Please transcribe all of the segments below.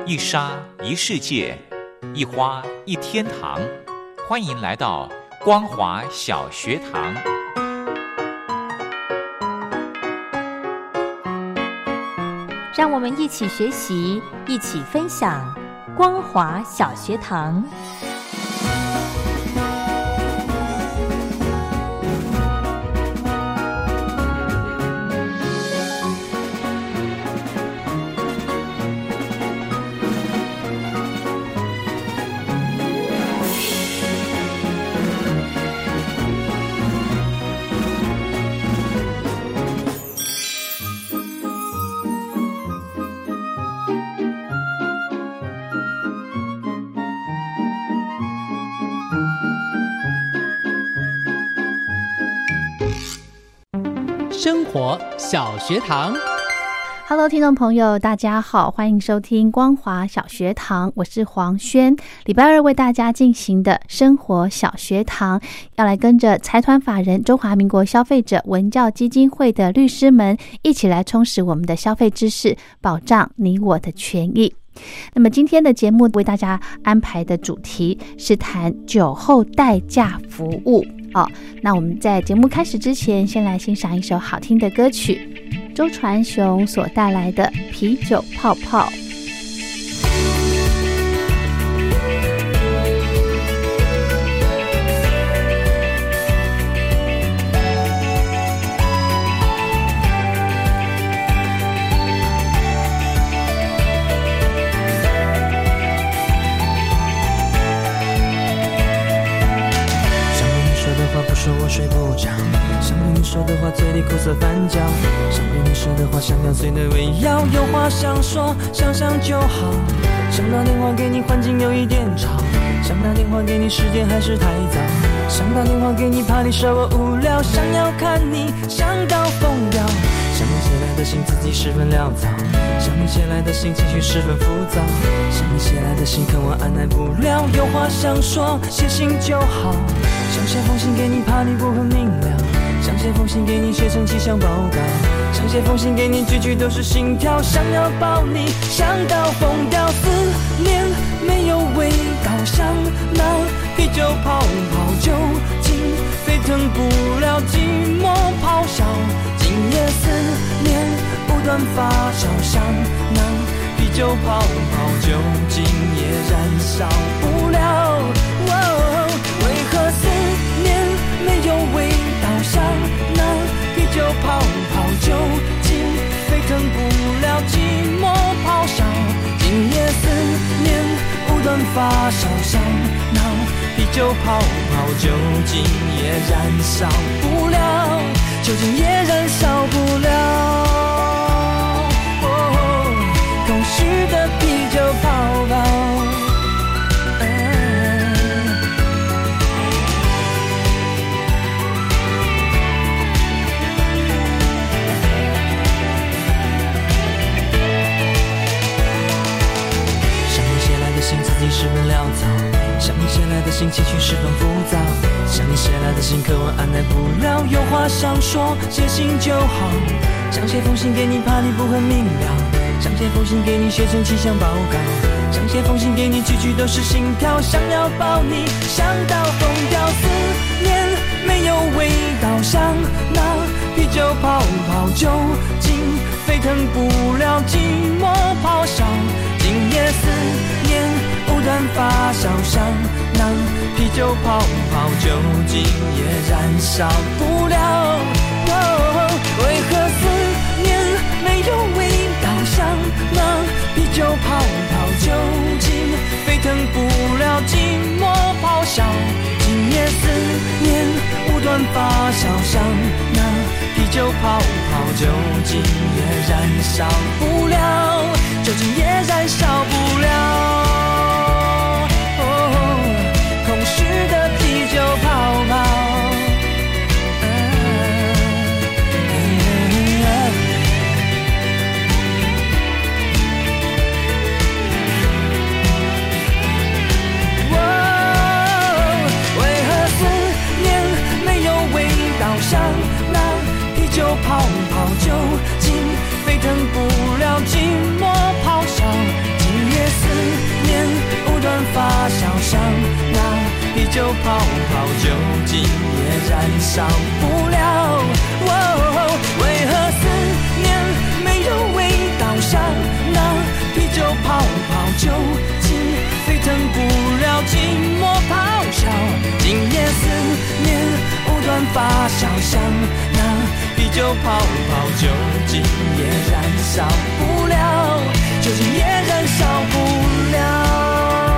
一沙一世界，一花一天堂。欢迎来到光华小学堂。 让我们一起学习，一起分享光华小学堂。 生活小学堂。 Hello， 听众朋友，大家好，欢迎收听光华小学堂，我是黄轩。礼拜二为大家进行的生活小学堂，要来跟着财团法人中华民国消费者文教基金会的律师们一起来充实我们的消费知识，保障你我的权益。那么今天的节目为大家安排的主题是谈酒后代驾服务。那我们在节目开始之前，先来欣赏一首好听的歌曲，周传雄所带来的《啤酒泡泡》。 我睡不着，想对你说的话嘴里苦涩翻搅，想对你说的话像咬碎的胃药，有话想说想想就好，想打电话给你环境有一点吵，想打电话给你时间还是太早，想打电话给你怕你说我无聊，想要看你想到疯掉，想你写来的信自己十分潦草，想你写来的信情绪十分浮躁，想你写来的信可我按耐不了，有话想说写信就好，想写封信给你怕你不很明了，想写封信给你写成气象报告，想写封信给你句句都是心跳，想要抱你想到疯掉，思念没有味道，像那啤酒泡泡，酒精沸腾不了寂寞咆哮，今夜思念不断发烧，像那啤酒泡泡，酒精也燃烧不了，为何思念没有味道，像那啤酒泡泡，酒精沸腾不了寂寞咆哮，今夜思念不断发烧，像那啤酒泡泡，酒精也燃烧不了，酒精也燃烧不了，空虚的啤酒泡泡。信自己十分潦草，想你写来的信情绪十分浮躁，想你写来的信可我按耐不了，有话想说写信就好，想写封信给你怕你不很明了，想写封信给你写成气象报告，想写封信给你句句都是心跳，想要抱你想到疯掉，思念没有味道，像那啤酒泡泡，酒精沸腾不了寂寞咆哮，今夜思念不断发烧，像那啤酒泡泡，酒精也燃烧不了，为何思念没有味道，像那啤酒泡泡，酒精沸腾不了寂寞咆哮，今夜思念不断发烧，像那啤酒泡泡，酒精也燃烧不了，酒精也燃烧不了，空虚的啤酒泡泡。为何思念没有味道，像那啤酒泡泡，酒精沸腾不了寂寞咆哮，今夜酒泡泡，究竟也燃烧不了。为何思念没有味道，像那啤酒泡泡，究竟沸腾不了寂寞咆哮。今夜思念无端发酵，像那啤酒泡泡，究竟也燃烧不了，究竟也燃烧不了。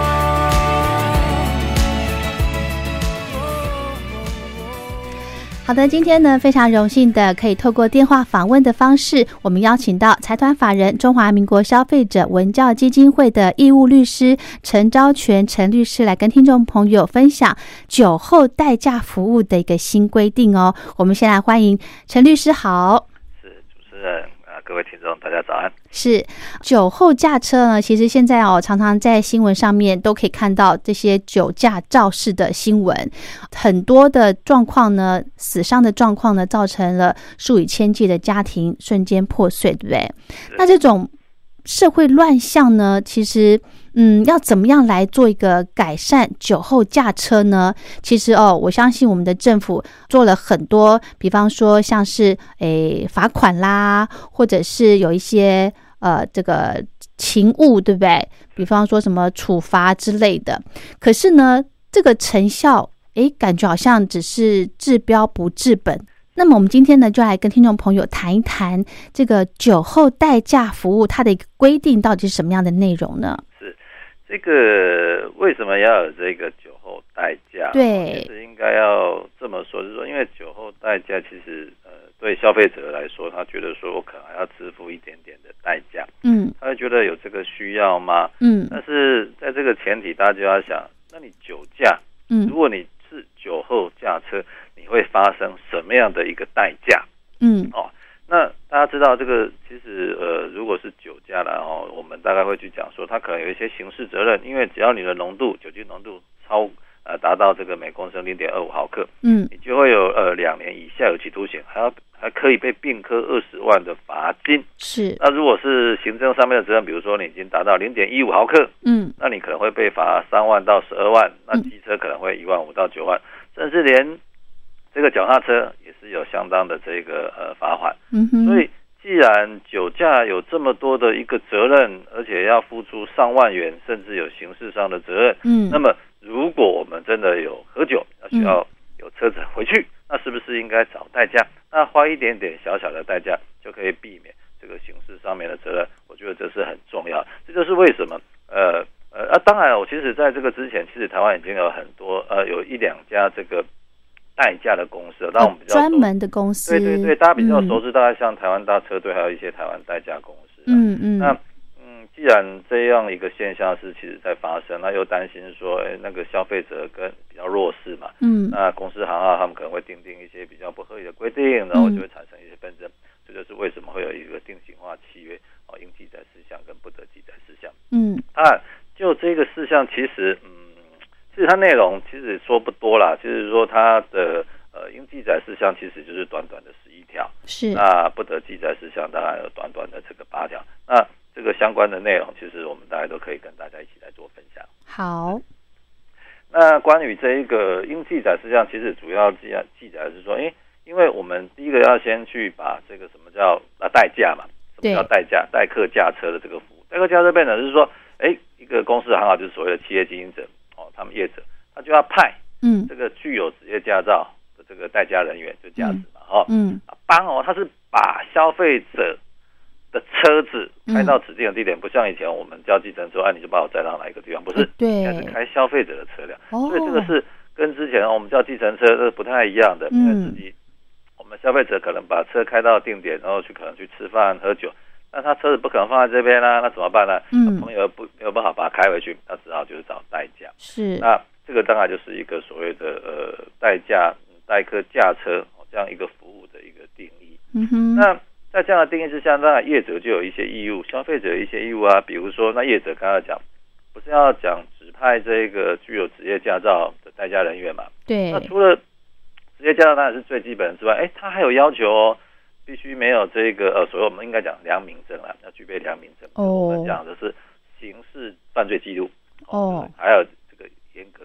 好的，今天呢非常荣幸的可以透过电话访问的方式，我们邀请到财团法人中华民国消费者文教基金会的义务律师陈昭全陈律师来跟听众朋友分享酒后代驾服务的一个新规定哦。我们先来欢迎陈律师好。 是主持人各位听众大家早安。 是酒后驾车呢，其实现在常常在新闻上面都可以看到这些酒驾肇事的新闻，很多的状况呢，死伤的状况呢，造成了数以千计的家庭瞬间破碎，对不对？那这种社会乱象呢，其实要怎么样来做一个改善酒后驾车呢？其实我相信我们的政府做了很多，比方说像是罚款啦，或者是有一些这个勤务，对不对？比方说什么处罚之类的。可是呢，这个成效感觉好像只是治标不治本。那么我们今天呢，就来跟听众朋友谈一谈这个酒后代驾服务它的一个规定到底是什么样的内容呢？ 是这个为什么要有这个酒后代驾？ 对， 其实应该要这么说，就是说，因为酒后代驾其实对消费者来说，他觉得说我可能还要支付一点点的代价，他会觉得有这个需要吗？但是在这个前提，大家就要想，那你酒驾，如果你是酒后驾车，你会发生什么样的一个代价？那大家知道这个其实如果是酒驾了我们大概会去讲说，它可能有一些刑事责任，因为只要你的酒精浓度达到这个每公升 0.25 毫克，你就会有2年以下有期徒刑，还可以被并科20万的罚金。是。那如果是行政上面的责任，比如说你已经达到 0.15 毫克，那你可能会被罚3万到12万，那机车可能会1万5到9万，甚至连这个脚踏车也是有相当的这个罚款。所以既然酒驾有这么多的一个责任，而且要付出上万元，甚至有刑事上的责任，那么如果我们真的有喝酒，需要有车子回去，那是不是应该找代驾？那花一点点小小的代价就可以避免这个刑事上面的责任，我觉得这是很重要。这就是为什么当然我其实在这个之前，其实台湾已经有很多有1-2家这个代驾的公司，当然我们比较专门的公司，对，大家比较熟知，大概像台湾大车队，还有一些台湾代驾公司。那既然这样一个现象是其实在发生，那又担心说那个消费者跟比较弱势嘛，那公司行号他们可能会订一些比较不合理的规定，然后就会产生一些纷争。这就是为什么会有一个定型化契约应记载事项跟不得记载事项。就这个事项其实它内容其实说不多啦，就是说它的应记载事项其实就是短短的11条，是。那不得记载事项当然有短短的这个8条。那这个相关的内容，其实我们大家都可以跟大家一起来做分享。好。那关于这一个应记载事项，其实主要记载的是说，因为我们第一个要先去把这个什么叫代驾嘛，什么叫代驾？代客驾车的这个服务，代客驾车变成是说，一个公司行号就是所谓的企业经营者他们业者，他就要派这个具有职业驾照的这个代驾人员，就驾驶嘛，他是把消费者的车子开到指定的地点，不像以前我们叫计程车，你就把我载到哪一个地方，不是，应该是开消费者的车辆，所以这个是跟之前我们叫计程车是不太一样的，因为我们消费者可能把车开到定点，然后可能去吃饭喝酒，那他车子不可能放在这边啦，那怎么办呢？朋友没有办法把它开回去，那只好就是找代驾。是。那这个当然就是一个所谓的代驾、代客驾车这样一个服务的一个定义。那在这样的定义之下，当然业者就有一些义务，消费者有一些义务啊。比如说，那业者刚刚讲，不是要讲指派这个具有职业驾照的代驾人员嘛？对。那除了职业驾照当然是最基本之外，他还有要求必须没有这个所谓我们应该讲良民证啦，要具备良民证。我们讲的是刑事犯罪记录。还有这个严格的规定，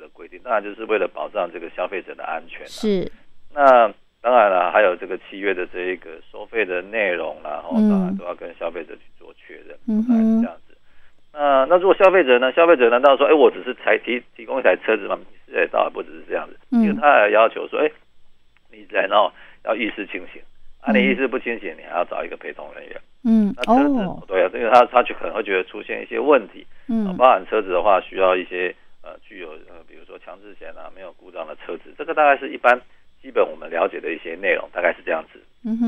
当然就是为了保障这个消费者的安全。 是。 那当然了，还有这个契约的这一个收费的内容啦，当然都要跟消费者去做确认，大概是这样子。那如果消费者呢？消费者难道说，我只是提供一台车子吗？倒也不只是这样子，因为他还要求说，你人要意识清醒，你意识不清醒，你还要找一个陪同人员。那车子对啊，因为他就可能会觉得出现一些问题，包含车子的话需要一些具有比如说强制险没有故障的车子，这个大概是一般基本我们了解的一些内容，大概是这样子。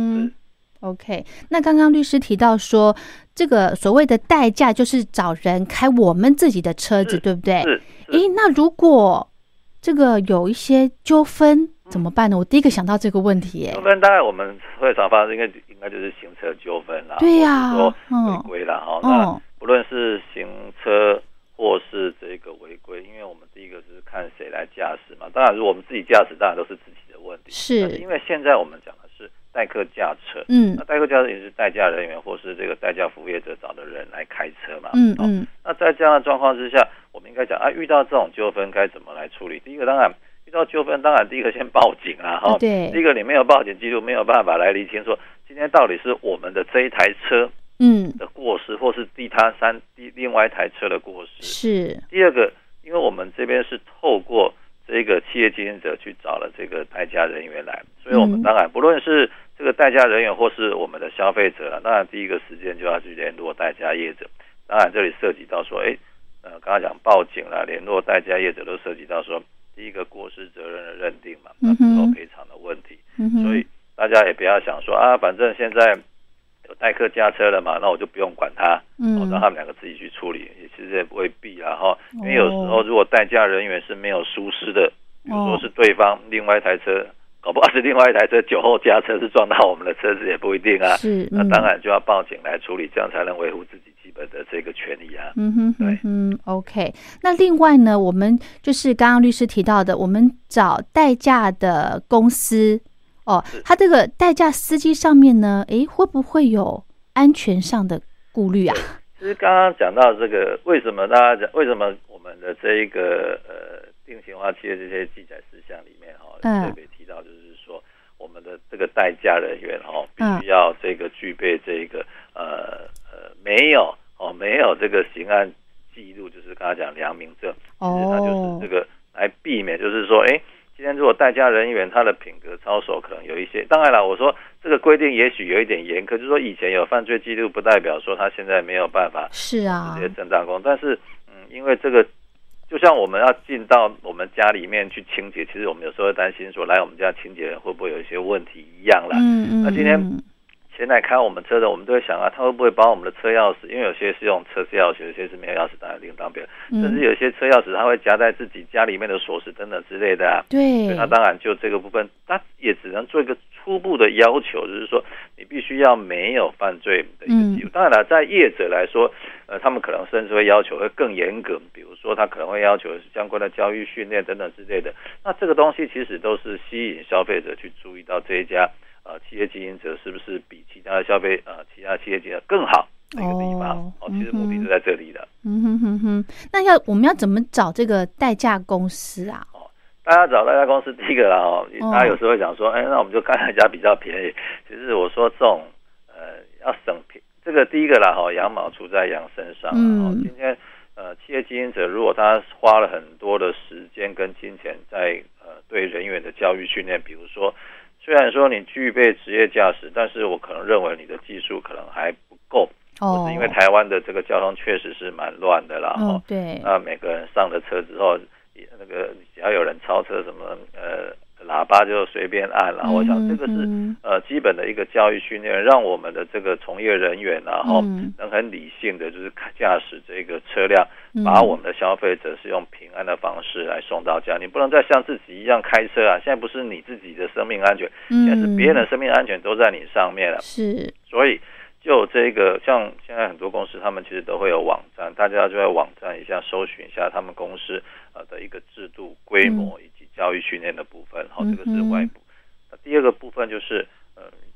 OK， 那刚刚律师提到说，这个所谓的代驾就是找人开我们自己的车子，对不对？ 是。 那如果这个有一些纠纷怎么办呢？我第一个想到这个问题。 纠纷当然我们会常发生，应该就是行车纠纷啦， 对呀， 或者说违规啦。那不论是行车或是这个违规，因为我们第一个是看谁来驾驶嘛。当然，如果我们自己驾驶，当然都是自己的问题。 是因为现在我们讲的是代客驾车，那代客驾车也是代驾人员或是这个代驾服务业者找的人来开车嘛。那在这样的状况之下，我们应该讲遇到这种纠纷该怎么来处理？第一个当然遇到纠纷，当然第一个先报警啊。 对， 第一个你没有报警记录，没有办法来厘清说今天到底是我们的这一台车的过失，或是另外一台车的过失。 是。 第二个，因为我们这边是透过这个企业经营者去找了这个代驾人员来，所以我们当然不论是这个代驾人员或是我们的消费者当然第一个时间就要去联络代驾业者。当然这里涉及到说刚刚讲报警啦，联络代驾业者都涉及到说第一个过失责任的认定嘛，那之后赔偿的问题。所以大家也不要想说反正现在有代客驾车了嘛，那我就不用管他，让他们两个自己去处理，其实也未必啦因为有时候如果代驾人员是没有疏失的，比如说是对方另外一台车，搞不好是另外一台车酒后驾车是撞到我们的车子也不一定啊。那当然就要报警来处理，这样才能维护自己基本的这个权利啊。对。 OK。那另外呢，我们就是刚刚律师提到的，我们找代驾的公司他这个代驾司机上面呢，会不会有安全上的顾虑啊？ 其实刚刚讲到这个，为什么我们的这一个定型化企业这些记载事项里面特别提到，就是说我们的这个代驾人员必须要这个具备这个没有这个刑案记录，就是刚才讲良民证，其实它就是这个来避免，就是说今天如果代驾人员他的品格操守可能有一些，当然了，我说这个规定也许有一点严苛，就是说以前有犯罪记录不代表说他现在没有办法直接正当工，但是因为这个就像我们要进到我们家里面去清洁，其实我们有时候会担心说来我们家清洁人会不会有一些问题一样啦。那今天前来开我们车的，我们都会想他会不会把我们的车钥匙，因为有些是用车钥匙，有些是没有钥匙，当然另当别论。甚至有些车钥匙他会夹在自己家里面的锁匙等等之类的对， 所以他当然就这个部分，他也只能做一个初步的要求，就是说你必须要没有犯罪的一个记录。当然了，在业者来说，他们可能甚至会要求会更严格，比如说他可能会要求相关的教育训练等等之类的。那这个东西其实都是吸引消费者去注意到这一家企业经营者是不是比其他的其他企业经营者更好的一个地方。其实目的是在这里的。 那我们要怎么找这个代驾公司啊？ 大家找代驾公司，第一个啦大家有时候会讲说，那我们就看哪家比较便宜。其实我说这种要省这个第一个啦羊毛出在羊身上。今天企业经营者如果他花了很多的时间跟金钱在对人员的教育训练，比如说虽然说你具备职业驾驶，但是我可能认为你的技术可能还不够，或是因为台湾的这个交通确实是蛮乱的啦。 对。 那每个人上了车之后，那个只要有人超车，什么喇叭就随便按了。我想这个是基本的一个教育训练，让我们的这个从业人员能很理性的就是驾驶这个车辆，把我们的消费者是用平安的方式来送到家。你不能再像自己一样开车啊！现在不是你自己的生命安全，现在是别人的生命安全都在你上面了。 是， 所以就这个像现在很多公司他们其实都会有网站，大家就在网站一下搜寻一下他们公司的一个制度规模以及教育训练的部分。这个是外部。第二个部分就是知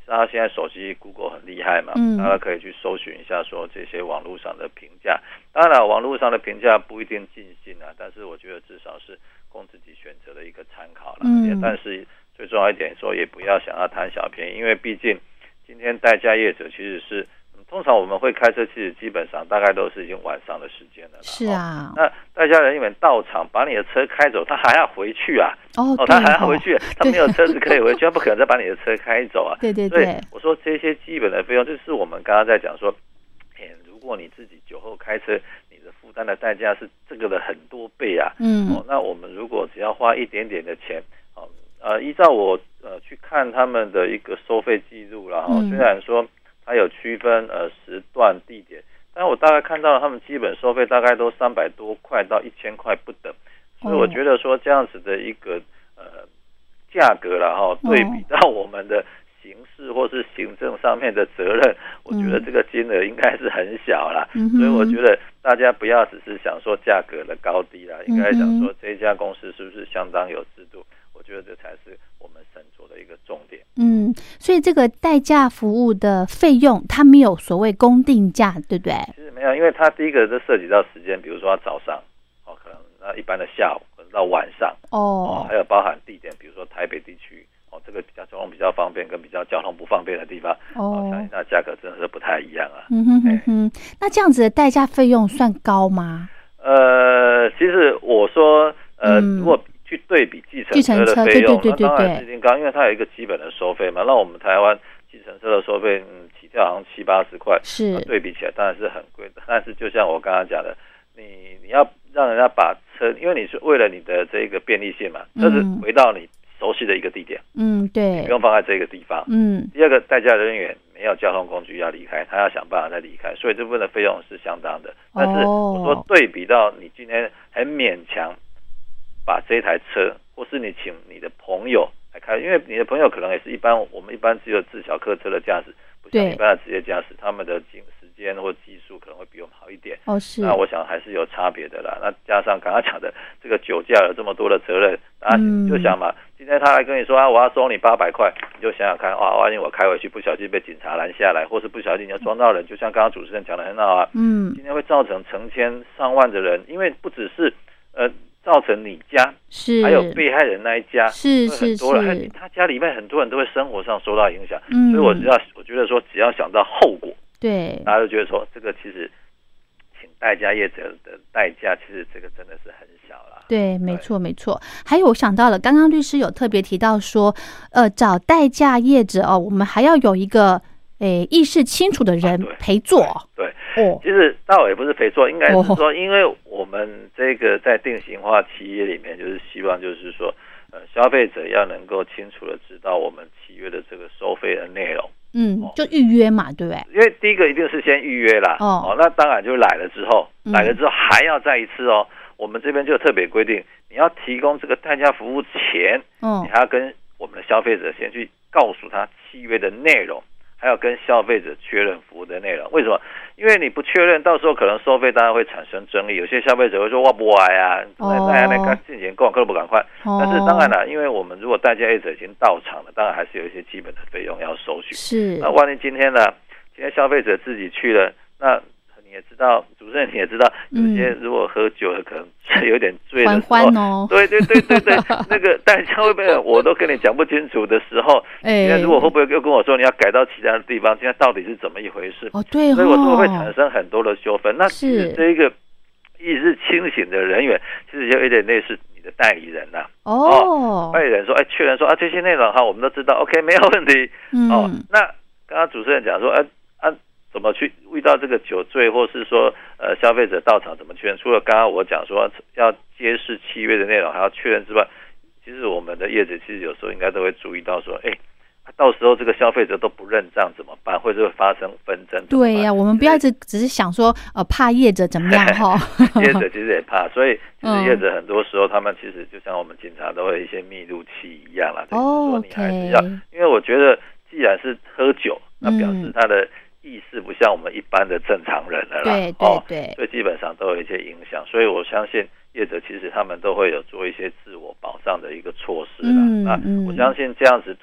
大家现在手机 Google 很厉害嘛，大家可以去搜寻一下说这些网络上的评价。当然了，网络上的评价不一定尽信啊，但是我觉得至少是供自己选择的一个参考了。但是最重要一点说，也不要想要贪小便宜，因为毕竟今天代驾业者其实是。通常我们会开车，其实基本上大概都是已经晚上的时间了。 是啊， 那代驾人员到场把你的车开走，他还要回去啊。他还要回去，他没有车子可以回去，他不可能再把你的车开走啊。 对。 所以我说这些基本的费用，就是我们刚刚在讲说，如果你自己酒后开车，你的负担的代价是这个的很多倍啊。那我们如果只要花一点点的钱，依照我去看他们的一个收费记录啦，虽然说。它有区分时段地点，但我大概看到他们基本收费大概都300多块到1000块不等，所以我觉得说这样子的一个价格啦对比到我们的刑事或是行政上面的责任，我觉得这个金额应该是很小啦，所以我觉得大家不要只是想说价格的高低啦，应该想说这一家公司是不是相当有制度，我觉得这才是我们审酌的一个重点。 所以这个代驾服务的费用，它没有所谓公定价，对不对？ 其实没有，因为它第一个就涉及到时间，比如说早上，可能那一般的下午，可能到晚上，还有包含地点，比如说台北地区，这个交通比较方便跟比较交通不方便的地方，相信它价格真的是不太一样啊。 那这样子的代驾费用算高吗？ 其实我说，如果去对比计程车的费用，那当然是一定高，因为它有一个基本的收费嘛。那我们台湾计程车的收费，起跳好像70-80块，是对比起来当然是很贵的。但是就像我刚刚讲的，你要让人家把车，因为你是为了你的这个便利性嘛，车子回到你熟悉的一个地点，对，你不用放在这个地方。第二个，代驾人员没有交通工具要离开，他要想办法再离开，所以这部分的费用是相当的。但是我说对比到你今天很勉强把这台车，或是你请你的朋友来开，因为你的朋友可能也是我们一般只有自小客车的驾驶，不像一般的职业驾驶，他们的时间或技术可能会比我们好一点。 是。 那我想还是有差别的啦。那加上刚刚讲的这个酒驾有这么多的责任，你就想嘛，今天他来跟你说我要收你800块，你就想想看，万一我开回去不小心被警察拦下来，或是不小心你要撞到人，就像刚刚主持人讲的很好啊，今天会造成成千上万的人，因为不只是造成你家，是还有被害人那一家，是很多人，他家里面很多人都会生活上受到影响，所以我觉得说，只要想到后果，对，大家就觉得说，这个其实请代驾业者的代价，其实这个真的是很小啦。 对，没错没错。还有我想到了，刚刚律师有特别提到说，找代驾业者我们还要有一个意识清楚的人陪坐。 对，其实倒也不是陪坐，应该是说，因为我们这个在定型化契约里面，就是希望就是说，消费者要能够清楚的知道我们契约的这个收费的内容。 就预约嘛，对不对？ 因为第一个一定是先预约啦。那当然就来了之后还要再一次我们这边就特别规定，你要提供这个代驾服务前，你还要跟我们的消费者先去告诉他契约的内容。还要跟消费者确认服务的内容，为什么？因为你不确认，到时候可能收费当然会产生争议。有些消费者会说我不爱啊，那进前跟我不赶快。但是当然了，因为我们如果代驾业者已经到场了，当然还是有一些基本的费用要收取。是。那万一今天消费者自己去了，那你也知道，主持人你也知道，有些如果喝酒了，可能有点醉的时候，对，那个代驾会不会我都跟你讲不清楚的时候，今天如果会不会又跟我说你要改到其他的地方，现在到底是怎么一回事？对，所以我说会产生很多的纠纷。那其实这一个意识清醒的人员，其实就有点类似你的代理人呐。代理人说，确认说这些内容我们都知道 ，OK， 没有问题。那刚刚主持人讲说，怎么去遇到这个酒醉，或是说消费者到场怎么确认？除了刚刚我讲说要揭示契约的内容还要确认之外，其实我们的业者其实有时候应该都会注意到说，到时候这个消费者都不认账怎么办？会不会发生纷争？ 对呀，我们不要只是想说怕业者怎么样业者其实也怕，所以其实业者很多时候他们其实就像我们警察都会有一些密录器一样啦。就是说你还是要，因为我觉得既然是喝酒，那表示他的意识不像我们一般的正常人了啦，对，所以基本上都有一些影响，所以我相信业者其实他们都会有做一些自我保障的一个措施啦。那我相信这样子对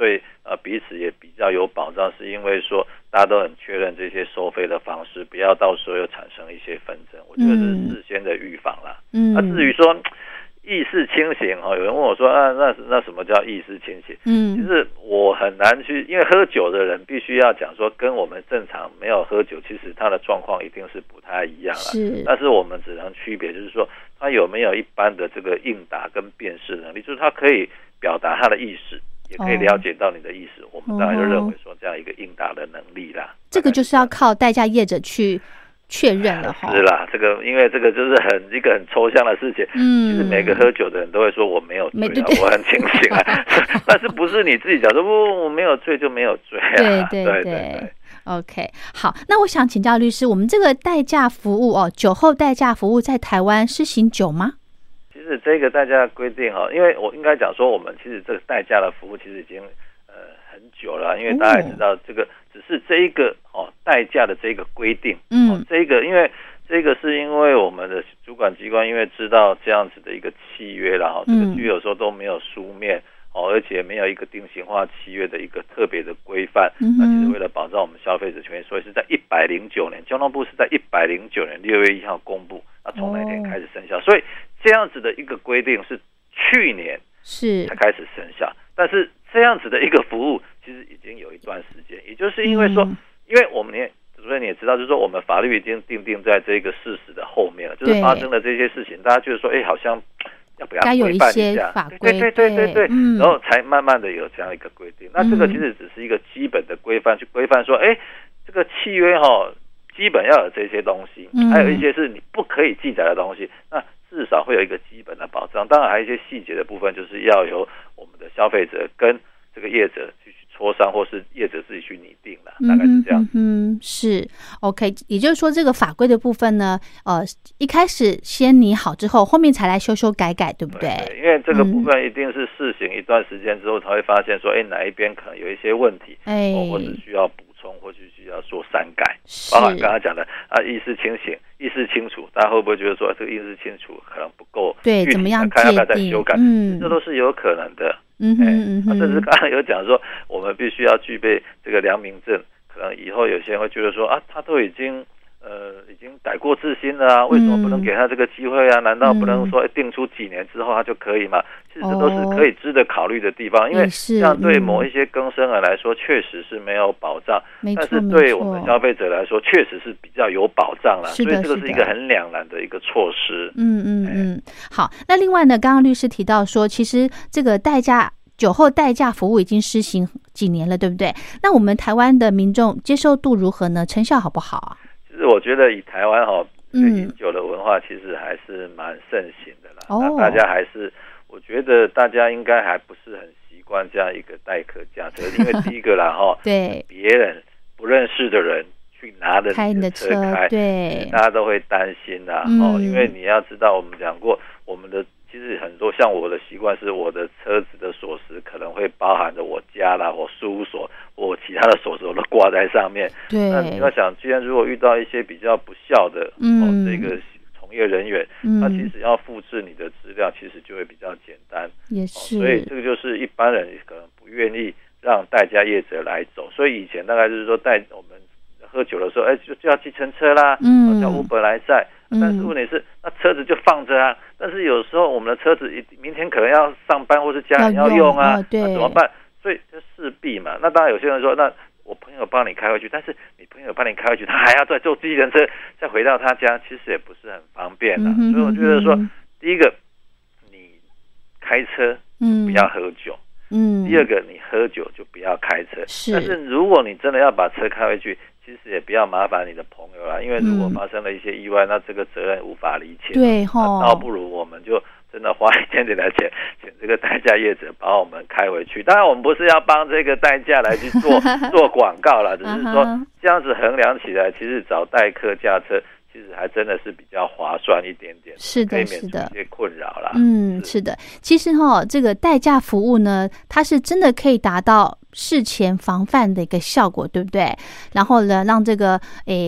彼此也比较有保障，是因为说大家都很确认这些收费的方式，不要到时候又产生一些纷争。我觉得是事先的预防啦。至于说意识清醒有人问我说那什么叫意识清醒？其实我很难去，因为喝酒的人必须要讲说跟我们正常没有喝酒，其实他的状况一定是不太一样啦。但是我们只能区别就是说他有没有一般的这个应答跟辨识能力，就是他可以表达他的意识，也可以了解到你的意思，我们当然就认为说这样一个应答的能力啦。 这个就是要靠代驾业者去确认了哈。 是啦，这个因为这个就是一个很抽象的事情。其实每个喝酒的人都会说我没有醉我很清醒啊。但是不是你自己讲说我没有醉就没有醉啊？对。 OK， 好，那我想请教律师，我们这个代驾服务酒后代驾服务在台湾施行久吗？ 其实这个代驾规定因为我应该讲说我们其实这个代驾的服务其实已经很久了，因为大家也知道这个只是这一个代驾的这个规定，这个因为这个是因为我们的主管机关因为知道这样子的一个契约啦，这个契约有时候都没有书面而且没有一个定型化契约的一个特别的规范，那其实为了保障我们消费者权益，所以是在109年，交通部是在109年6月1号公布，那从那天开始生效，所以这样子的一个规定是去年才开始生效，但是这样子的一个服务其实已经有一段时间，也就是因为说，因为我们所以你也知道，就是说我们法律已经定在这个事实的后面了，就是发生了这些事情，大家觉得说，好像要不要规范一下？对，然后才慢慢的有这样一个规定。那这个其实只是一个基本的规范，去规范说，这个契约基本要有这些东西，还有一些是你不可以记载的东西，那至少会有一个基本的保障。当然还有一些细节的部分，就是要由我们的消费者跟这个业者去磋商，或是业者自己去拟定了，大概是这样。 是 OK， 也就是说这个法规的部分呢，一开始先拟好之后，后面才来修改，对不对？ 对，因为这个部分一定是试行一段时间之后，才会发现说，哪一边可能有一些问题，或者需要补充，或者需要做删改。包含刚才讲的意识清醒、意识清楚，大家会不会觉得说这个意识清楚可能不够？ 对，怎么样看要不要再修改？这都是有可能的。甚至刚才有讲说，我们必须要具备这个良民证，可能以后有些人会觉得说他都已经改过自新了啊，为什么不能给他这个机会啊？难道不能说定出几年之后他就可以吗？其实这都是可以值得考虑的地方，因为这样对某一些更生人来说确实是没有保障，但是对我们消费者来说确实是比较有保障啦，所以这个是一个很两难的一个措施。 好，那另外呢，刚刚律师提到说，其实这个酒后代驾服务已经施行几年了，对不对？那我们台湾的民众接受度如何呢？成效好不好啊？ 其实我觉得以台湾饮酒的文化其实还是蛮盛行的啦。那大家还是，我觉得大家应该还不是很习惯这样一个代客驾车，因为第一个啦对，别人不认识的人去拿着你的车开，对，大家都会担心啦。因为你要知道，我们讲过，我们的其实很多像我的习惯是，我的车子的锁匙可能会包含着我家啦、我事务所、我其他的锁匙我都挂在上面。对，那你要想，既然如果遇到一些比较不孝的这个从业人员，那其实要复制你的资料，其实就会比较简单。也是，所以这个就是一般人可能不愿意让代驾业者来走。所以以前大概就是说我们喝酒的时候，就叫计程车啦，叫 Uber 来载。但是问题是，那车子就放着啊。但是有时候我们的车子明天可能要上班，或是家人要用啊，那怎么办？所以就势必嘛。那当然有些人说，那我朋友帮你开回去，但是你朋友帮你开回去，他还要再坐计程车再回到他家，其实也不是很方便啊。所以我觉得说，第一个，你开车不要喝酒。第二个，你喝酒就不要开车。但是如果你真的要把车开回去，其实也不要麻烦你的朋友啦，因为如果发生了一些意外，那这个责任无法厘清。对倒不如我们就真的花一点点的钱，请这个代驾业者把我们开回去。当然，我们不是要帮这个代驾来去做广告啦，只是说这样子衡量起来，其实找代客驾车，其实还真的是比较划算一点点，是的，可以免除一些困扰啦。 是的，其实这个代驾服务呢，它是真的可以达到事前防范的一个效果，对不对？然后呢，让这个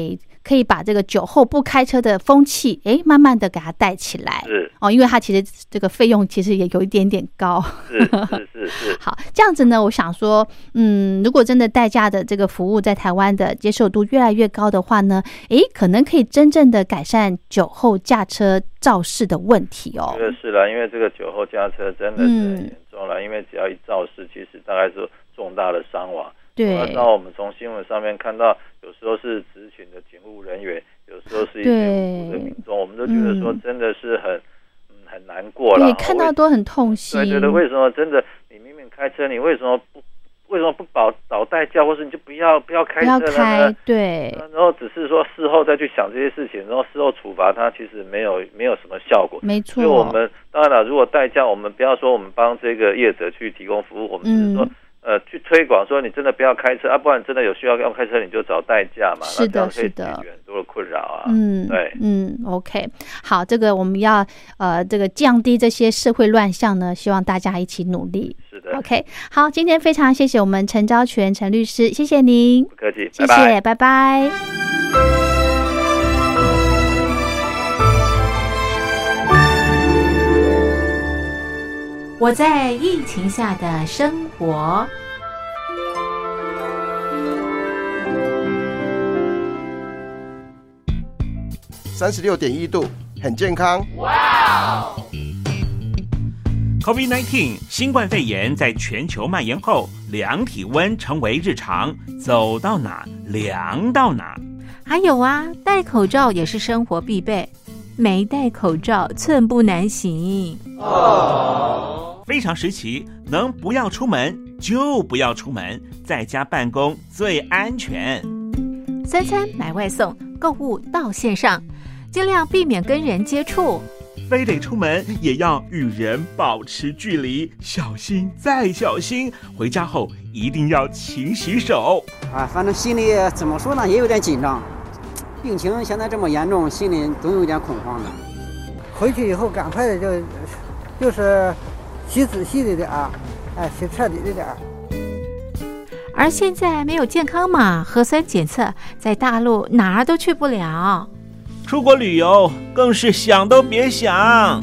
可以把这个酒后不开车的风气慢慢的给它带起来。 是因为它其实这个费用其实也有一点点高。 是好，这样子呢，我想说如果真的代驾的这个服务在台湾的接受度越来越高的话呢，可能可以真正的改善酒后驾车肇事的问题哦。 是啦，因为这个酒后驾车真的是很严重了，因为只要一肇事，其实大概是重大的伤亡。 对， 那我们从新闻上面看到，有时候是执勤的警务人员，有时候是一些无辜的民众，我们都觉得说真的是很难过了。 对，看到都很痛心。 对，为什么真的你明明开车，你为什么不倒代驾，或是你就不要开车呢？ 对， 然后只是说事后再去想这些事情，然后事后处罚他，其实没有什么效果。 没错。 所以我们当然了，如果代驾，我们不要说我们帮这个业者去提供服务，我们只是说。去推广说你真的不要开车不然真的有需要开车你就找代驾嘛， 是的， 是的，解决很多的困扰啊。对 ，OK， 好，这个我们要这个降低这些社会乱象呢，希望大家一起努力。 是的 ，OK， 好，今天非常谢谢我们陈昭全陈律师，谢谢您， 不客气， 谢谢，拜拜。 我在疫情下的生活。 36.1度，很健康。 哇！COVID-19 新冠肺炎在全球蔓延后，量体温成为日常，走到哪量到哪。 还有啊，戴口罩也是生活必备，没戴口罩寸步难行。 非常时期，能不要出门就不要出门，在家办公最安全。 三餐买外送，购物到线上，尽量避免跟人接触。 非得出门也要与人保持距离，小心再小心。回家后一定要勤洗手。 反正心里怎么说呢，也有点紧张。病情现在这么严重，心里总有点恐慌的。 回去以后赶快的就是洗仔细的点儿，洗彻底的点儿。 而现在没有健康码、核酸检测，在大陆哪儿都去不了。 出国旅游更是想都别想。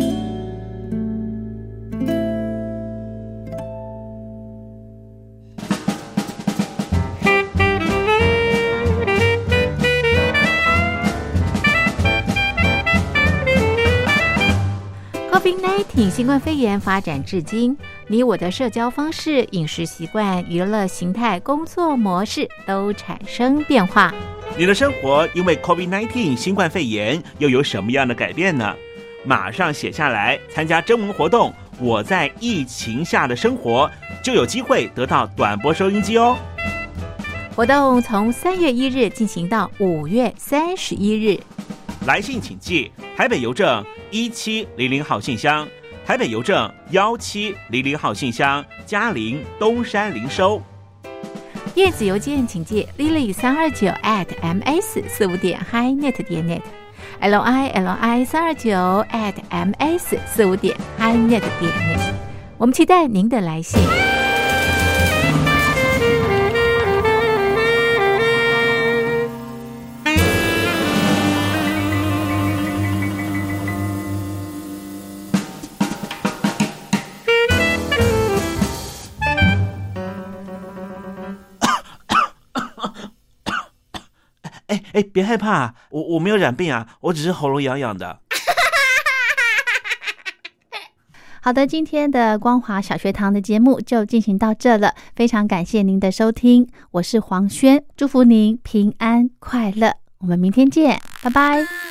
COVID-19 新冠肺炎发展至今，你我的社交方式、饮食习惯、娱乐形态、工作模式都产生变化。 你的生活因为 COVID-19 新冠肺炎又有什么样的改变呢？马上写下来，参加征文活动，我在疫情下的生活，就有机会得到短波收音机哦。 活动从3月1日进行到5月31日。 来信请寄台北邮政1700号信箱，台北邮政1700号信箱，嘉陵东山零收。 电子邮件请寄 lily329@ms45.highnet.net lili329@ms45.highnet.net。我们期待您的来信。 别害怕，我没有染病啊，我只是喉咙痒痒的。 好的，今天的光华小学堂的节目就进行到这了，非常感谢您的收听，我是黄轩，祝福您平安快乐，我们明天见，拜拜。